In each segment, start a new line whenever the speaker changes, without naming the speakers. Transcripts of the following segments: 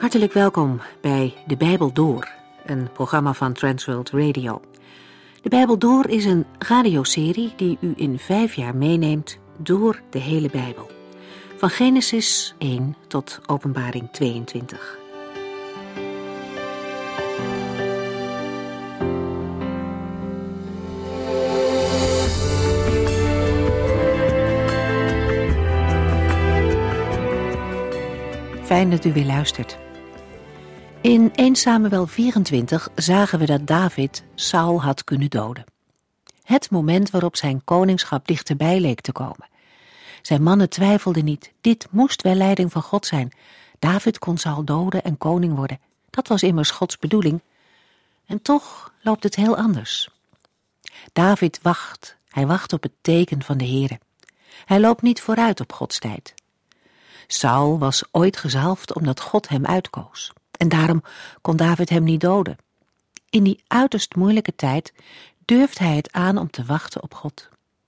Hartelijk welkom bij De Bijbel Door, een programma van Transworld Radio. De Bijbel Door is een radioserie die u in 5 jaar meeneemt door de hele Bijbel. Van Genesis 1 tot Openbaring 22. Fijn dat u weer luistert. In 1 Samuel 24 zagen we dat David Saul had kunnen doden. Het moment waarop zijn koningschap dichterbij leek te komen. Zijn mannen twijfelden niet, dit moest wel leiding van God zijn. David kon Saul doden en koning worden. Dat was immers Gods bedoeling. En toch loopt het heel anders. David wacht, hij wacht op het teken van de Heere. Hij loopt niet vooruit op Gods tijd. Saul was ooit gezalfd omdat God hem uitkoos. En daarom kon David hem niet doden. In die uiterst moeilijke tijd durft hij het aan om te wachten op God.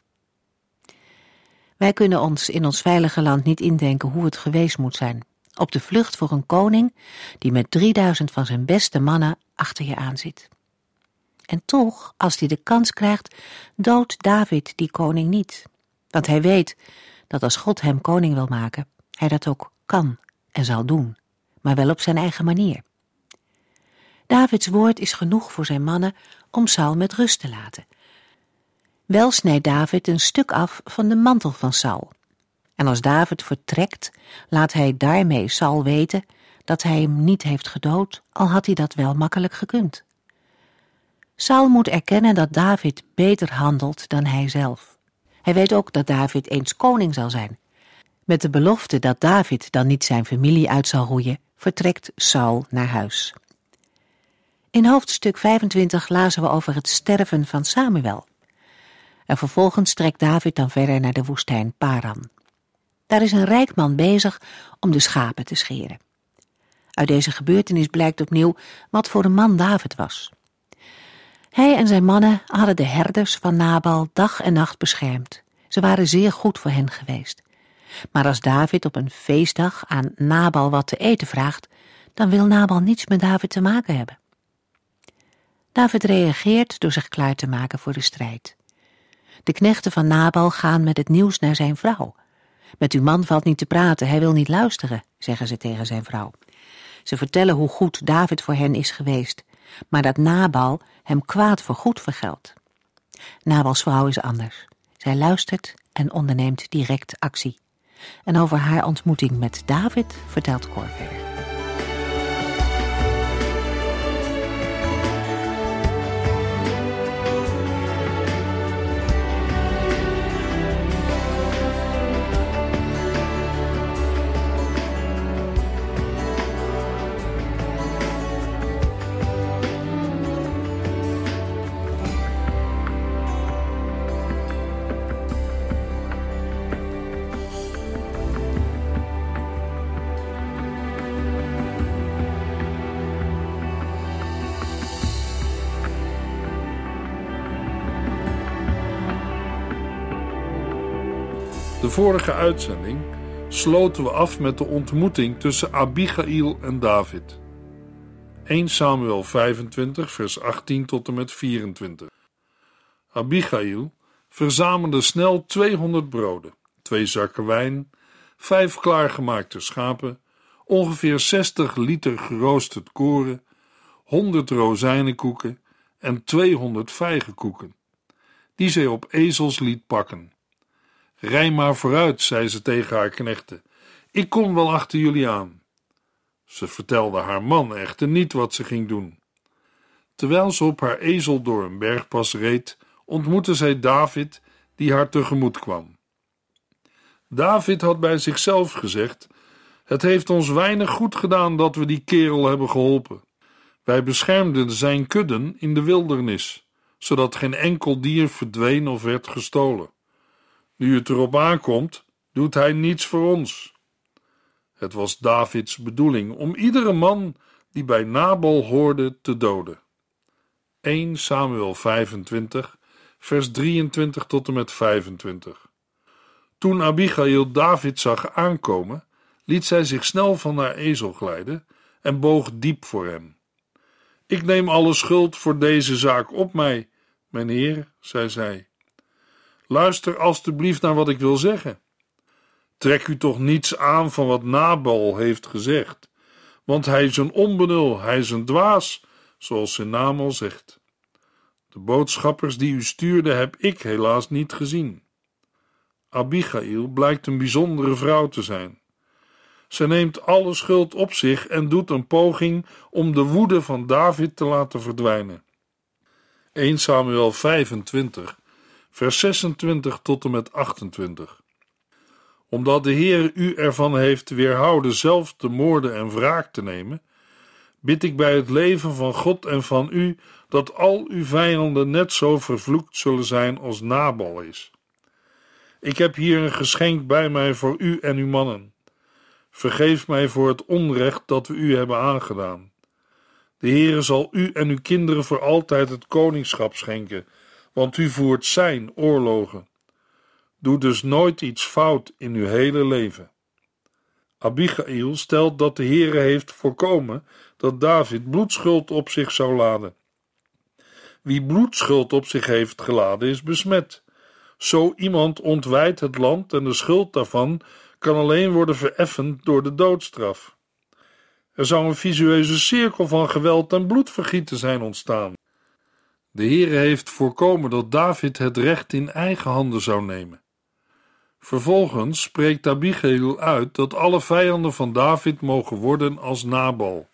Wij kunnen ons in ons veilige land niet indenken hoe het geweest moet zijn. Op de vlucht voor een koning die met 3000 van zijn beste mannen achter je aan zit. En toch, als hij de kans krijgt, doodt David die koning niet. Want hij weet dat als God hem koning wil maken, hij dat ook kan en zal doen, maar wel op zijn eigen manier. Davids woord is genoeg voor zijn mannen om Saul met rust te laten. Wel snijdt David een stuk af van de mantel van Saul. En als David vertrekt, laat hij daarmee Saul weten dat hij hem niet heeft gedood, al had hij dat wel makkelijk gekund. Saul moet erkennen dat David beter handelt dan hij zelf. Hij weet ook dat David eens koning zal zijn. Met de belofte dat David dan niet zijn familie uit zal roeien, vertrekt Saul naar huis. In hoofdstuk 25 lazen we over het sterven van Samuel. En vervolgens trekt David dan verder naar de woestijn Paran. Daar is een rijk man bezig om de schapen te scheren. Uit deze gebeurtenis blijkt opnieuw wat voor een man David was. Hij en zijn mannen hadden de herders van Nabal dag en nacht beschermd. Ze waren zeer goed voor hen geweest. Maar als David op een feestdag aan Nabal wat te eten vraagt, dan wil Nabal niets met David te maken hebben. David reageert door zich klaar te maken voor de strijd. De knechten van Nabal gaan met het nieuws naar zijn vrouw. Met uw man valt niet te praten, hij wil niet luisteren, zeggen ze tegen zijn vrouw. Ze vertellen hoe goed David voor hen is geweest, maar dat Nabal hem kwaad voor goed vergeldt. Nabals vrouw is anders. Zij luistert en onderneemt direct actie. En over haar ontmoeting met David vertelt Cor verder.
De vorige uitzending sloten we af met de ontmoeting tussen Abigail en David. 1 Samuel 25 vers 18 tot en met 24. Abigail verzamelde snel 200 broden, 2 zakken wijn, 5 klaargemaakte schapen, ongeveer 60 liter geroosterd koren, 100 rozijnenkoeken en 200 vijgenkoeken, die zij op ezels liet pakken. Rij maar vooruit, zei ze tegen haar knechten. Ik kom wel achter jullie aan. Ze vertelde haar man echter niet wat ze ging doen. Terwijl ze op haar ezel door een bergpas reed, ontmoette zij David, die haar tegemoet kwam. David had bij zichzelf gezegd: het heeft ons weinig goed gedaan dat we die kerel hebben geholpen. Wij beschermden zijn kudden in de wildernis, zodat geen enkel dier verdween of werd gestolen. Nu het erop aankomt, doet hij niets voor ons. Het was Davids bedoeling om iedere man die bij Nabal hoorde te doden. 1 Samuel 25, vers 23 tot en met 25. Toen Abigail David zag aankomen, liet zij zich snel van haar ezel glijden en boog diep voor hem. Ik neem alle schuld voor deze zaak op mij, mijn heer, zei zij. Luister alstublieft naar wat ik wil zeggen. Trek u toch niets aan van wat Nabal heeft gezegd, want hij is een onbenul, hij is een dwaas, zoals zijn naam al zegt. De boodschappers die u stuurde heb ik helaas niet gezien. Abigail blijkt een bijzondere vrouw te zijn. Ze neemt alle schuld op zich en doet een poging om de woede van David te laten verdwijnen. 1 Samuel 25, vers 26 tot en met 28. Omdat de Heer u ervan heeft weerhouden zelf te moorden en wraak te nemen, bid ik bij het leven van God en van u dat al uw vijanden net zo vervloekt zullen zijn als Nabal is. Ik heb hier een geschenk bij mij voor u en uw mannen. Vergeef mij voor het onrecht dat we u hebben aangedaan. De Heere zal u en uw kinderen voor altijd het koningschap schenken, want u voert zijn oorlogen. Doe dus nooit iets fout in uw hele leven. Abigail stelt dat de Heere heeft voorkomen dat David bloedschuld op zich zou laden. Wie bloedschuld op zich heeft geladen is besmet. Zo iemand ontwijdt het land en de schuld daarvan kan alleen worden vereffend door de doodstraf. Er zou een visueuze cirkel van geweld en bloedvergieten zijn ontstaan. De Heere heeft voorkomen dat David het recht in eigen handen zou nemen. Vervolgens spreekt Abigail uit dat alle vijanden van David mogen worden als Nabal.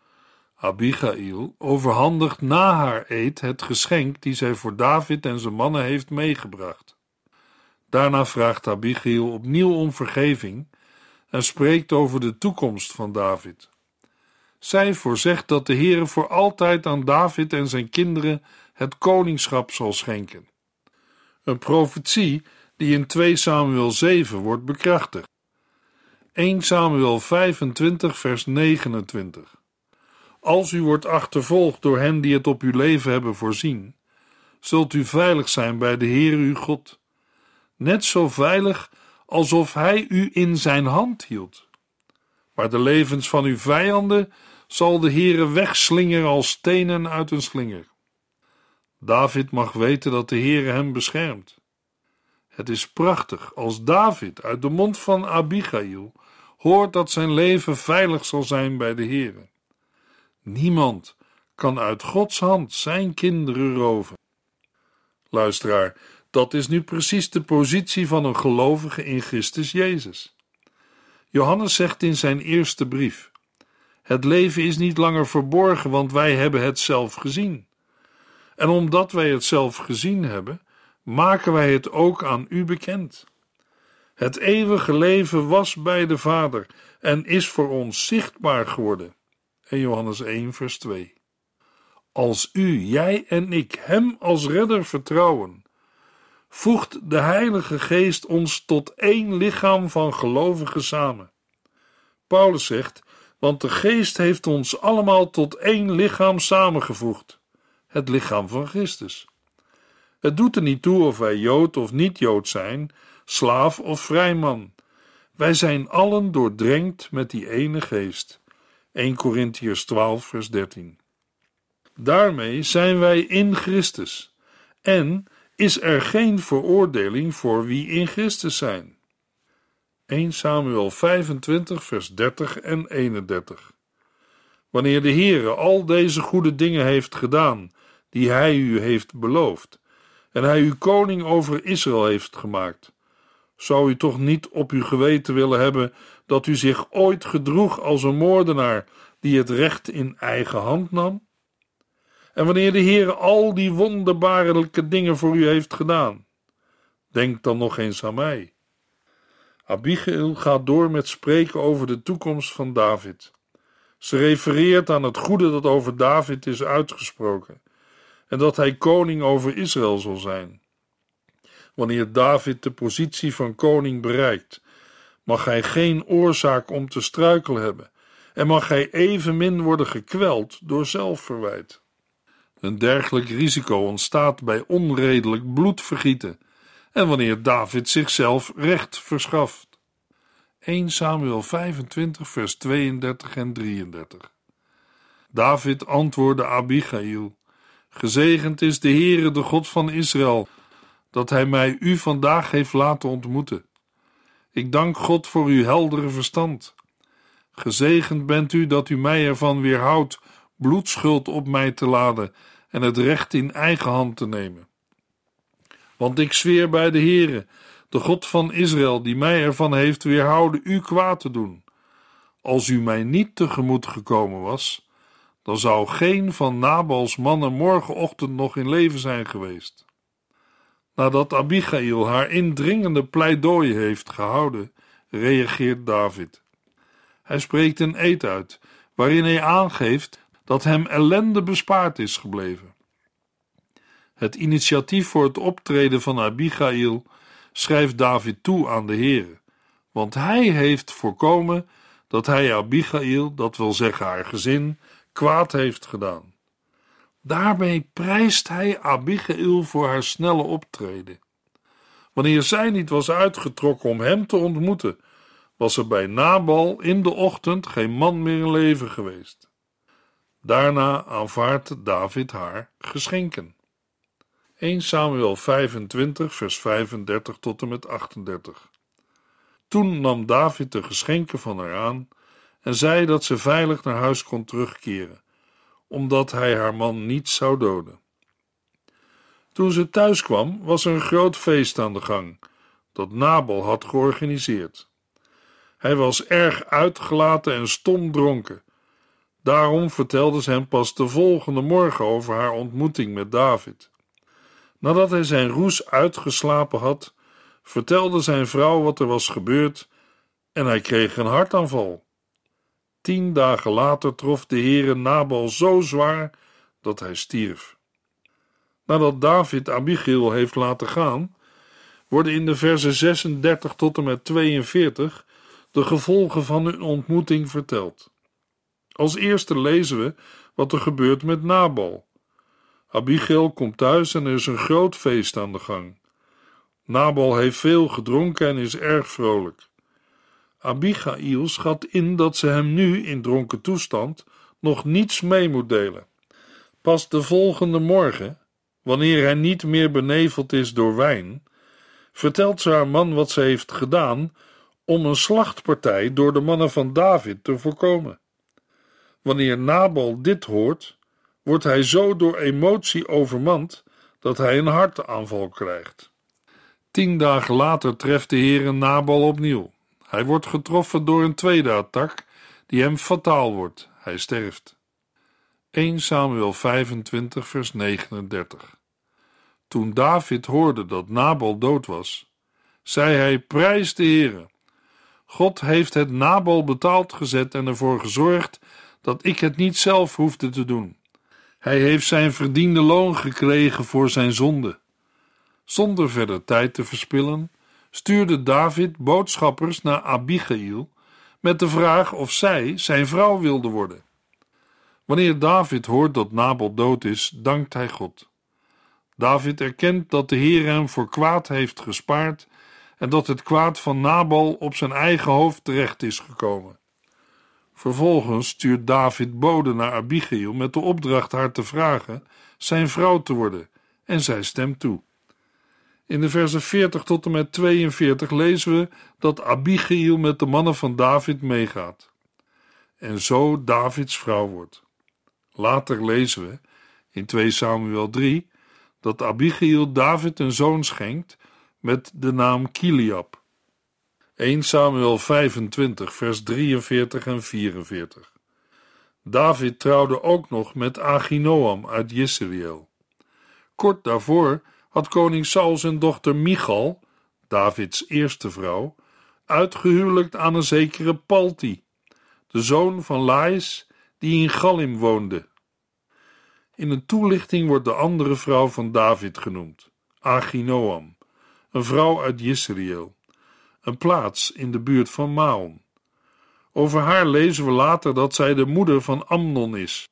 Abigail overhandigt na haar eed het geschenk die zij voor David en zijn mannen heeft meegebracht. Daarna vraagt Abigail opnieuw om vergeving en spreekt over de toekomst van David. Zij voorzegt dat de Heere voor altijd aan David en zijn kinderen het koningschap zal schenken. Een profetie die in 2 Samuel 7 wordt bekrachtigd. 1 Samuel 25 vers 29. Als u wordt achtervolgd door hen die het op uw leven hebben voorzien, zult u veilig zijn bij de Heere uw God. Net zo veilig alsof hij u in zijn hand hield. Maar de levens van uw vijanden zal de Heere wegslingeren als stenen uit een slinger. David mag weten dat de Heere hem beschermt. Het is prachtig als David uit de mond van Abigail hoort dat zijn leven veilig zal zijn bij de Heere. Niemand kan uit Gods hand zijn kinderen roven. Luisteraar, dat is nu precies de positie van een gelovige in Christus Jezus. Johannes zegt in zijn eerste brief: het leven is niet langer verborgen, want wij hebben het zelf gezien. En omdat wij het zelf gezien hebben, maken wij het ook aan u bekend. Het eeuwige leven was bij de Vader en is voor ons zichtbaar geworden. En Johannes 1 vers 2. Als u, jij en ik hem als redder vertrouwen, voegt de Heilige Geest ons tot één lichaam van gelovigen samen. Paulus zegt, want de Geest heeft ons allemaal tot één lichaam samengevoegd, het lichaam van Christus. Het doet er niet toe of wij Jood of niet-Jood zijn, slaaf of vrijman. Wij zijn allen doordrenkt met die ene Geest. 1 Korintiërs 12 vers 13. Daarmee zijn wij in Christus en is er geen veroordeling voor wie in Christus zijn. 1 Samuel 25 vers 30 en 31. Wanneer de Heere al deze goede dingen heeft gedaan, die hij u heeft beloofd, en hij u koning over Israël heeft gemaakt, zou u toch niet op uw geweten willen hebben dat u zich ooit gedroeg als een moordenaar die het recht in eigen hand nam? En wanneer de Heere al die wonderbaarlijke dingen voor u heeft gedaan, denk dan nog eens aan mij. Abigail gaat door met spreken over de toekomst van David. Ze refereert aan het goede dat over David is uitgesproken en dat hij koning over Israël zal zijn. Wanneer David de positie van koning bereikt, mag hij geen oorzaak om te struikelen hebben en mag hij evenmin worden gekweld door zelfverwijt. Een dergelijk risico ontstaat bij onredelijk bloedvergieten en wanneer David zichzelf recht verschaft. 1 Samuel 25 vers 32 en 33. David antwoordde Abigail: gezegend is de Heere, de God van Israël, dat hij mij u vandaag heeft laten ontmoeten. Ik dank God voor uw heldere verstand. Gezegend bent u dat u mij ervan weerhoudt bloedschuld op mij te laden en het recht in eigen hand te nemen. Want ik zweer bij de Heere, de God van Israël, die mij ervan heeft weerhouden u kwaad te doen. Als u mij niet tegemoet gekomen was, dan zou geen van Nabals mannen morgenochtend nog in leven zijn geweest. Nadat Abigail haar indringende pleidooi heeft gehouden, reageert David. Hij spreekt een eed uit, waarin hij aangeeft dat hem ellende bespaard is gebleven. Het initiatief voor het optreden van Abigail schrijft David toe aan de Heere, want hij heeft voorkomen dat hij Abigail, dat wil zeggen haar gezin, kwaad heeft gedaan. Daarmee prijst hij Abigail voor haar snelle optreden. Wanneer zij niet was uitgetrokken om hem te ontmoeten, was er bij Nabal in de ochtend geen man meer in leven geweest. Daarna aanvaardt David haar geschenken. 1 Samuel 25 vers 35 tot en met 38. Toen nam David de geschenken van haar aan en zei dat ze veilig naar huis kon terugkeren, omdat hij haar man niet zou doden. Toen ze thuis kwam, was er een groot feest aan de gang, dat Nabal had georganiseerd. Hij was erg uitgelaten en stom dronken. Daarom vertelde ze hem pas de volgende morgen over haar ontmoeting met David. Nadat hij zijn roes uitgeslapen had, vertelde zijn vrouw wat er was gebeurd en hij kreeg een hartaanval. 10 dagen later trof de Heere Nabal zo zwaar dat hij stierf. Nadat David Abigail heeft laten gaan, worden in de versen 36 tot en met 42 de gevolgen van hun ontmoeting verteld. Als eerste lezen we wat er gebeurt met Nabal. Abigail komt thuis en er is een groot feest aan de gang. Nabal heeft veel gedronken en is erg vrolijk. Abigail schat in dat ze hem nu in dronken toestand nog niets mee moet delen. Pas de volgende morgen, wanneer hij niet meer beneveld is door wijn, vertelt ze haar man wat ze heeft gedaan om een slachtpartij door de mannen van David te voorkomen. Wanneer Nabal dit hoort, wordt hij zo door emotie overmand dat hij een hartaanval krijgt. 10 dagen later treft de Heere Nabal opnieuw. Hij wordt getroffen door een tweede attack die hem fataal wordt. Hij sterft. 1 Samuel 25 vers 39. Toen David hoorde dat Nabal dood was, zei hij: prijs de Heere. God heeft het Nabal betaald gezet en ervoor gezorgd dat ik het niet zelf hoefde te doen. Hij heeft zijn verdiende loon gekregen voor zijn zonde. Zonder verder tijd te verspillen, stuurde David boodschappers naar Abigail met de vraag of zij zijn vrouw wilde worden. Wanneer David hoort dat Nabal dood is, dankt hij God. David erkent dat de Heer hem voor kwaad heeft gespaard en dat het kwaad van Nabal op zijn eigen hoofd terecht is gekomen. Vervolgens stuurt David bode naar Abigail met de opdracht haar te vragen zijn vrouw te worden, en zij stemt toe. In de versen 40 tot en met 42 lezen we dat Abigail met de mannen van David meegaat en zo Davids vrouw wordt. Later lezen we in 2 Samuel 3 dat Abigail David een zoon schenkt met de naam Kiliab. 1 Samuel 25 vers 43 en 44. David trouwde ook nog met Achinoam uit Jezreel. Kort daarvoor had koning Saul zijn dochter Michal, Davids eerste vrouw, uitgehuwelijkt aan een zekere Palti, de zoon van Lais, die in Gallim woonde. In een toelichting wordt de andere vrouw van David genoemd, Achinoam, een vrouw uit Jezreel, een plaats in de buurt van Maon. Over haar lezen we later dat zij de moeder van Amnon is.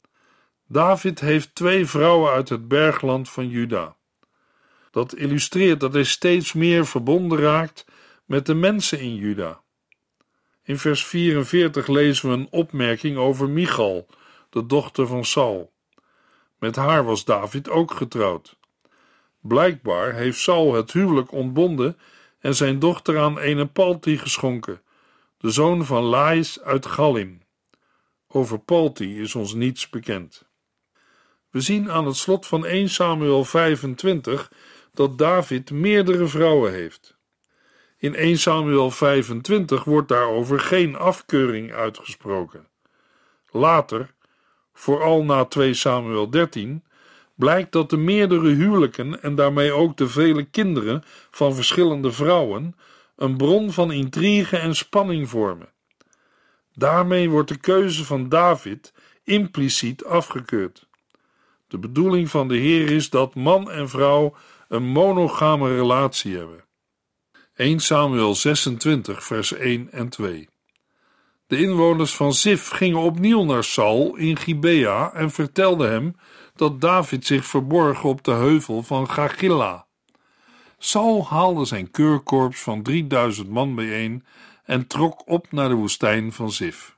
David heeft 2 vrouwen uit het bergland van Juda. Dat illustreert dat hij steeds meer verbonden raakt met de mensen in Juda. In vers 44 lezen we een opmerking over Michal, de dochter van Saul. Met haar was David ook getrouwd. Blijkbaar heeft Saul het huwelijk ontbonden en zijn dochter aan ene Palti geschonken, de zoon van Lais uit Gallim. Over Palti is ons niets bekend. We zien aan het slot van 1 Samuel 25 dat David meerdere vrouwen heeft. In 1 Samuel 25 wordt daarover geen afkeuring uitgesproken. Later, vooral na 2 Samuel 13, blijkt dat de meerdere huwelijken en daarmee ook de vele kinderen van verschillende vrouwen een bron van intrigue en spanning vormen. Daarmee wordt de keuze van David impliciet afgekeurd. De bedoeling van de Heer is dat man en vrouw een monogame relatie hebben. 1 Samuel 26 vers 1 en 2. De inwoners van Zif gingen opnieuw naar Saul in Gibea en vertelden hem dat David zich verborg op de heuvel van Gagilla. Saul haalde zijn keurkorps van 3000 man bijeen en trok op naar de woestijn van Zif.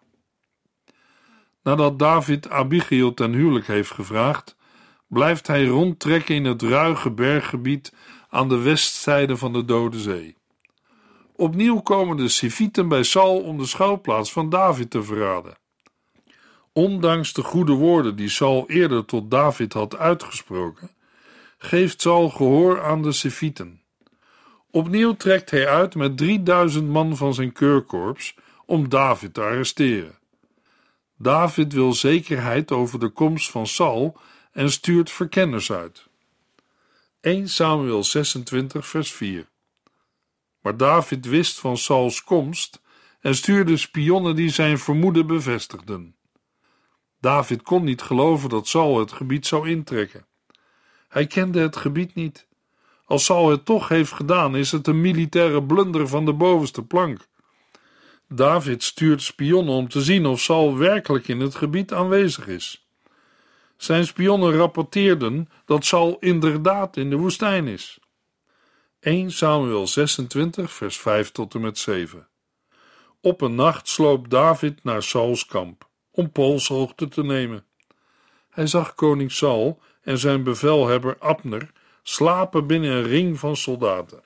Nadat David Abigail ten huwelijk heeft gevraagd, blijft hij rondtrekken in het ruige berggebied aan de westzijde van de Dode Zee. Opnieuw komen de Sifieten bij Saul om de schuilplaats van David te verraden. Ondanks de goede woorden die Saul eerder tot David had uitgesproken, geeft Saul gehoor aan de Sifieten. Opnieuw trekt hij uit met 3000 man van zijn keurkorps om David te arresteren. David wil zekerheid over de komst van Saul en stuurt verkenners uit. 1 Samuel 26 vers 4. Maar David wist van Sauls komst en stuurde spionnen die zijn vermoeden bevestigden. David kon niet geloven dat Saul het gebied zou intrekken. Hij kende het gebied niet. Als Saul het toch heeft gedaan, is het een militaire blunder van de bovenste plank. David stuurt spionnen om te zien of Saul werkelijk in het gebied aanwezig is. Zijn spionnen rapporteerden dat Saul inderdaad in de woestijn is. 1 Samuel 26 vers 5 tot en met 7. Op een nacht sloop David naar Sauls kamp om polshoogte te nemen. Hij zag koning Saul en zijn bevelhebber Abner slapen binnen een ring van soldaten.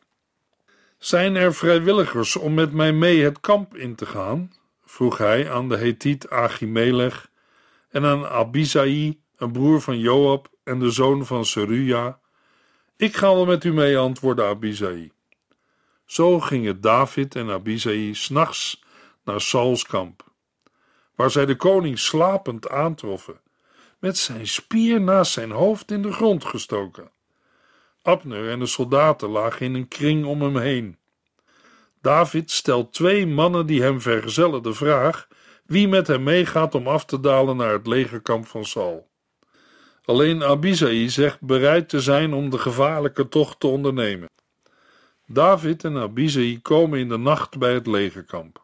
Zijn er vrijwilligers om met mij mee het kamp in te gaan? Vroeg hij aan de Hethiet Achimelech en aan Abisai, een broer van Joab en de zoon van Seruja. Ik ga wel met u mee, antwoordde Abisai. Zo gingen David en Abisai 's nachts naar Sauls kamp, waar zij de koning slapend aantroffen, met zijn spier naast zijn hoofd in de grond gestoken. Abner en de soldaten lagen in een kring om hem heen. David stelt 2 mannen die hem vergezellen de vraag wie met hem meegaat om af te dalen naar het legerkamp van Saul. Alleen Abisai zegt bereid te zijn om de gevaarlijke tocht te ondernemen. David en Abisai komen in de nacht bij het legerkamp.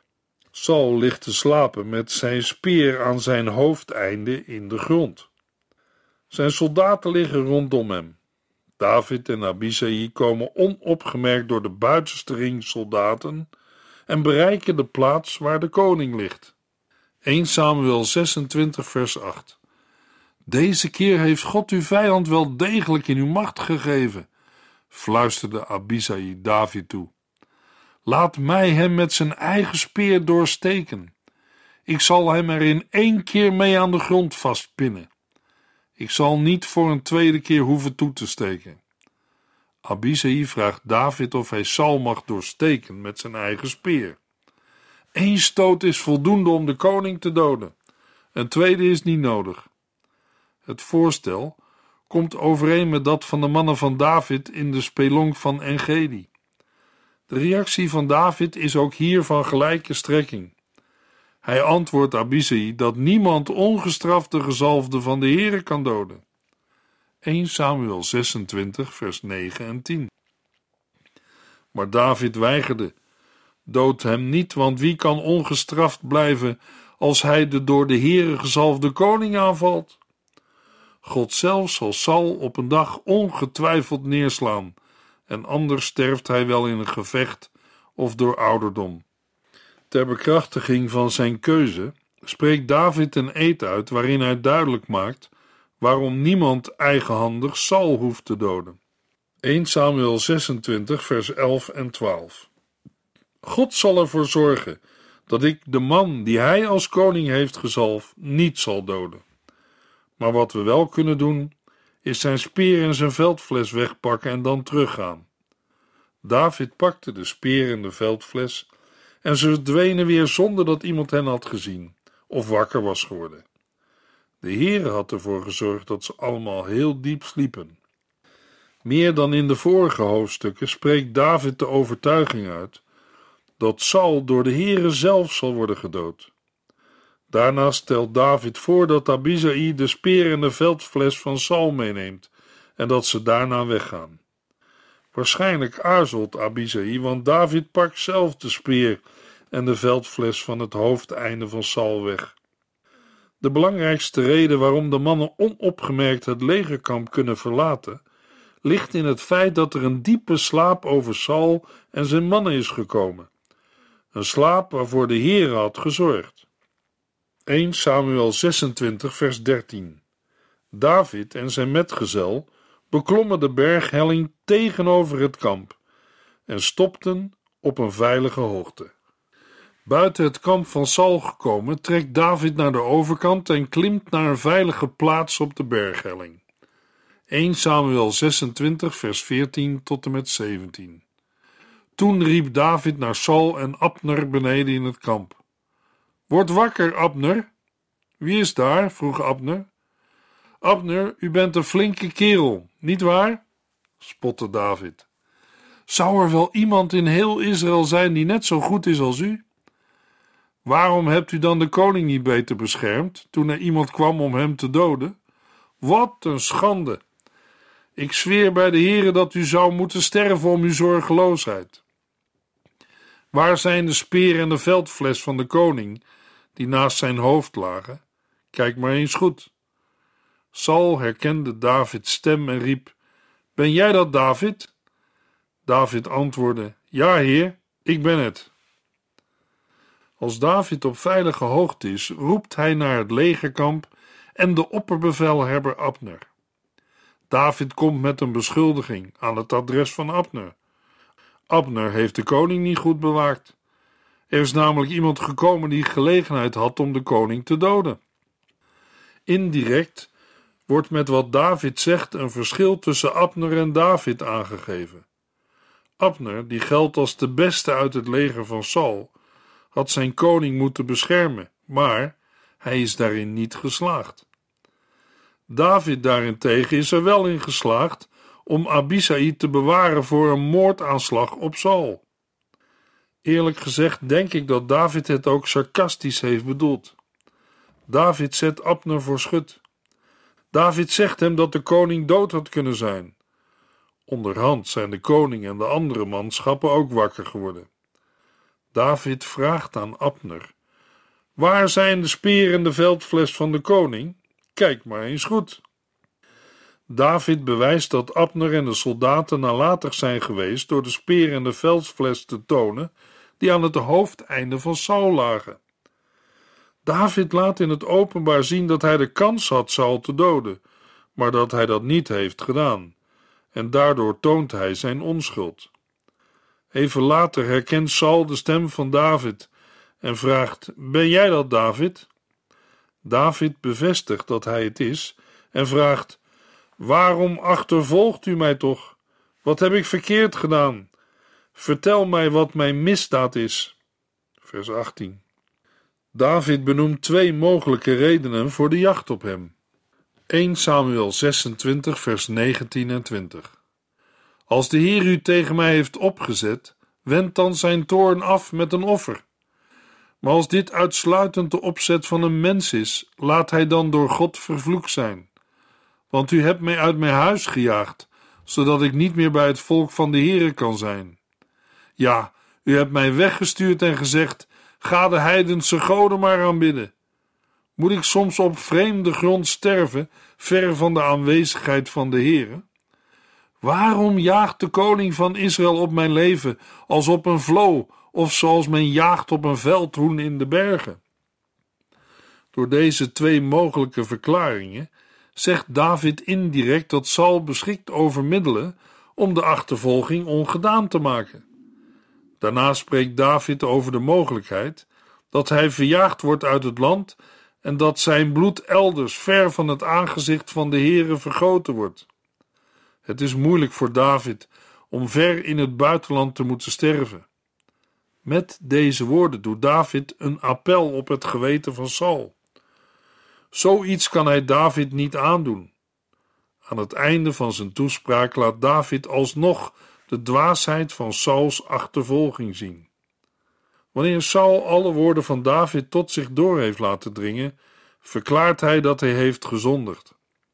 Saul ligt te slapen met zijn speer aan zijn hoofdeinde in de grond. Zijn soldaten liggen rondom hem. David en Abisai komen onopgemerkt door de buitenste ring soldaten en bereiken de plaats waar de koning ligt. 1 Samuel 26 vers 8. Deze keer heeft God uw vijand wel degelijk in uw macht gegeven, fluisterde Abisai David toe. Laat mij hem met zijn eigen speer doorsteken. Ik zal hem er in 1 keer mee aan de grond vastpinnen. Ik zal niet voor een tweede keer hoeven toe te steken. Abisai vraagt David of hij Saul mag doorsteken met zijn eigen speer. 1 stoot is voldoende om de koning te doden. Een tweede is niet nodig. Het voorstel komt overeen met dat van de mannen van David in de spelonk van Engedi. De reactie van David is ook hier van gelijke strekking. Hij antwoordt Abisai dat niemand ongestraft de gezalfde van de Heere kan doden. 1 Samuel 26 vers 9 en 10. Maar David weigerde. Dood hem niet, want wie kan ongestraft blijven als hij de door de Heere gezalfde koning aanvalt? God zelf zal Saul op een dag ongetwijfeld neerslaan, en anders sterft hij wel in een gevecht of door ouderdom. Ter bekrachtiging van zijn keuze spreekt David een eed uit waarin hij duidelijk maakt waarom niemand eigenhandig Saul hoeft te doden. 1 Samuel 26 vers 11 en 12. God zal ervoor zorgen dat ik de man die hij als koning heeft gezalfd niet zal doden. Maar wat we wel kunnen doen, is zijn speer en zijn veldfles wegpakken en dan teruggaan. David pakte de speer en de veldfles en ze verdwenen weer zonder dat iemand hen had gezien of wakker was geworden. De Heere had ervoor gezorgd dat ze allemaal heel diep sliepen. Meer dan in de vorige hoofdstukken spreekt David de overtuiging uit dat Saul door de Heere zelf zal worden gedood. Daarna stelt David voor dat Abisai de speer en de veldfles van Saul meeneemt en dat ze daarna weggaan. Waarschijnlijk aarzelt Abisai, want David pakt zelf de speer en de veldfles van het hoofdeinde van Saul weg. De belangrijkste reden waarom de mannen onopgemerkt het legerkamp kunnen verlaten, ligt in het feit dat er een diepe slaap over Saul en zijn mannen is gekomen. Een slaap waarvoor de Heere had gezorgd. 1 Samuel 26 vers 13. David en zijn metgezel beklommen de berghelling tegenover het kamp en stopten op een veilige hoogte. Buiten het kamp van Saul gekomen, trekt David naar de overkant en klimt naar een veilige plaats op de berghelling. 1 Samuel 26 vers 14 tot en met 17. Toen riep David naar Saul en Abner beneden in het kamp. Word wakker, Abner. Wie is daar? Vroeg Abner. Abner, u bent een flinke kerel, niet waar? Spotte David. Zou er wel iemand in heel Israël zijn die net zo goed is als u? Waarom hebt u dan de koning niet beter beschermd toen er iemand kwam om hem te doden? Wat een schande! Ik zweer bij de Heere dat u zou moeten sterven om uw zorgeloosheid. Waar zijn de speer en de veldfles van de koning die naast zijn hoofd lagen? Kijk maar eens goed. Saul herkende Davids stem en riep: Ben jij dat, David? David antwoordde: Ja, heer, ik ben het. Als David op veilige hoogte is, roept hij naar het legerkamp en de opperbevelhebber Abner. David komt met een beschuldiging aan het adres van Abner. Abner heeft de koning niet goed bewaakt. Er is namelijk iemand gekomen die gelegenheid had om de koning te doden. Indirect wordt met wat David zegt een verschil tussen Abner en David aangegeven. Abner, die geldt als de beste uit het leger van Saul, had zijn koning moeten beschermen, maar hij is daarin niet geslaagd. David daarentegen is er wel in geslaagd om Abisai te bewaren voor een moordaanslag op Saul. Eerlijk gezegd denk ik dat David het ook sarcastisch heeft bedoeld. David zet Abner voor schut. David zegt hem dat de koning dood had kunnen zijn. Onderhand zijn de koning en de andere manschappen ook wakker geworden. David vraagt aan Abner: Waar zijn de speer en de veldfles van de koning? Kijk maar eens goed. David bewijst dat Abner en de soldaten nalatig zijn geweest door de speer en de veldfles te tonen die aan het hoofdeinde van Saul lagen. David laat in het openbaar zien dat hij de kans had Saul te doden, maar dat hij dat niet heeft gedaan, en daardoor toont hij zijn onschuld. Even later herkent Saul de stem van David en vraagt: Ben jij dat, David? David bevestigt dat hij het is en vraagt: Waarom achtervolgt u mij toch? Wat heb ik verkeerd gedaan? Vertel mij wat mijn misdaad is. Vers 18. David benoemt 2 mogelijke redenen voor de jacht op hem. 1 Samuel 26 vers 19 en 20. Als de Heer u tegen mij heeft opgezet, wend dan zijn toorn af met een offer. Maar als dit uitsluitend de opzet van een mens is, laat hij dan door God vervloekt zijn. Want u hebt mij uit mijn huis gejaagd, zodat ik niet meer bij het volk van de Heere kan zijn. Ja, u hebt mij weggestuurd en gezegd: Ga de heidense goden maar aanbidden. Moet ik soms op vreemde grond sterven, ver van de aanwezigheid van de Heere? Waarom jaagt de koning van Israël op mijn leven als op een vloo, of zoals men jaagt op een veldhoen in de bergen? Door deze twee mogelijke verklaringen zegt David indirect dat Saul beschikt over middelen om de achtervolging ongedaan te maken. Daarna spreekt David over de mogelijkheid dat hij verjaagd wordt uit het land en dat zijn bloed elders ver van het aangezicht van de Heere vergoten wordt. Het is moeilijk voor David om ver in het buitenland te moeten sterven. Met deze woorden doet David een appel op het geweten van Saul. Zoiets kan hij David niet aandoen. Aan het einde van zijn toespraak laat David alsnog de dwaasheid van Sauls achtervolging zien. Wanneer Saul alle woorden van David tot zich door heeft laten dringen, verklaart hij dat hij heeft gezondigd.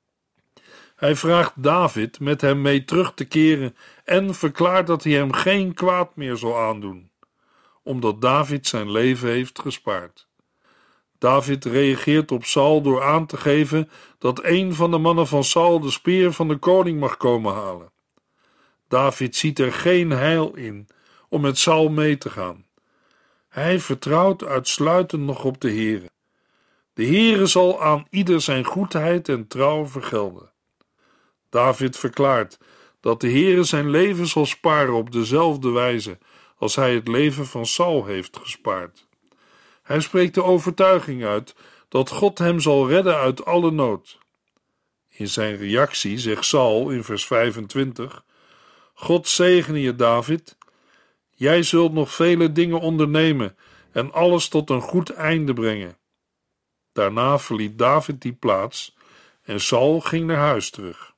Hij vraagt David met hem mee terug te keren en verklaart dat hij hem geen kwaad meer zal aandoen, omdat David zijn leven heeft gespaard. David reageert op Saul door aan te geven dat een van de mannen van Saul de speer van de koning mag komen halen. David ziet er geen heil in om met Saul mee te gaan. Hij vertrouwt uitsluitend nog op de Heere. De Heere zal aan ieder zijn goedheid en trouw vergelden. David verklaart dat de Heere zijn leven zal sparen op dezelfde wijze als hij het leven van Saul heeft gespaard. Hij spreekt de overtuiging uit dat God hem zal redden uit alle nood. In zijn reactie zegt Saul in vers 25: God zegene je, David. Jij zult nog vele dingen ondernemen en alles tot een goed einde brengen. Daarna verliet David die plaats en Saul ging naar huis terug.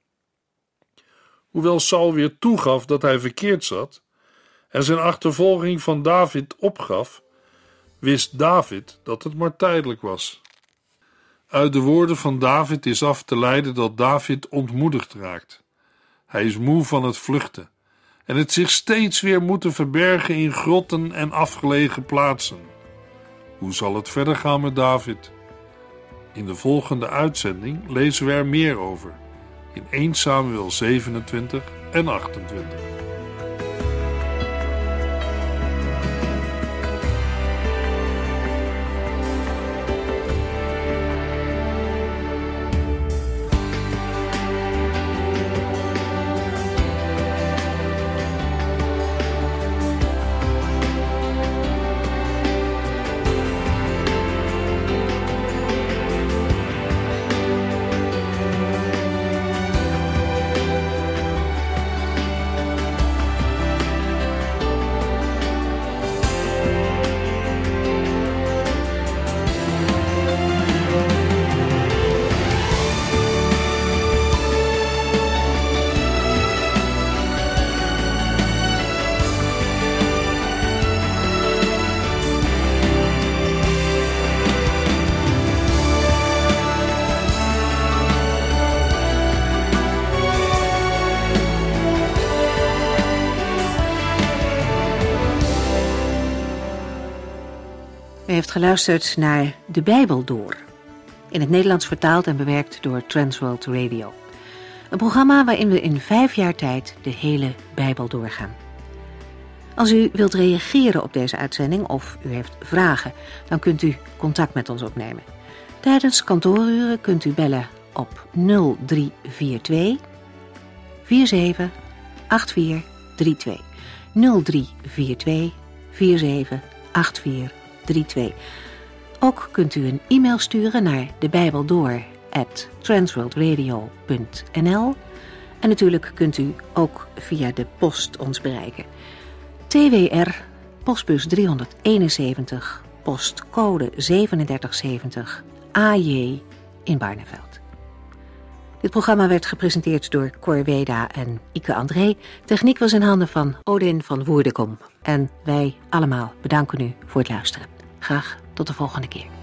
Hoewel Saul weer toegaf dat hij verkeerd zat en zijn achtervolging van David opgaf, wist David dat het maar tijdelijk was. Uit de woorden van David is af te leiden dat David ontmoedigd raakt. Hij is moe van het vluchten en het zich steeds weer moeten verbergen in grotten en afgelegen plaatsen. Hoe zal het verder gaan met David? In de volgende uitzending lezen we er meer over, in 1 Samuel 27 en 28.
U heeft geluisterd naar De Bijbel Door, in het Nederlands vertaald en bewerkt door Transworld Radio. Een programma waarin we in 5 jaar tijd de hele Bijbel doorgaan. Als u wilt reageren op deze uitzending of u heeft vragen, dan kunt u contact met ons opnemen. Tijdens kantooruren kunt u bellen op 0342 47 8432. 0342 47 8432. Ook kunt u een e-mail sturen naar debijbeldoor@transworldradio.nl en natuurlijk kunt u ook via de post ons bereiken. TWR, postbus 371, postcode 3770, AJ in Barneveld. Dit programma werd gepresenteerd door Cor Weda en Ike André. Techniek was in handen van Odin van Woerdekom. En wij allemaal bedanken u voor het luisteren. Graag tot de volgende keer.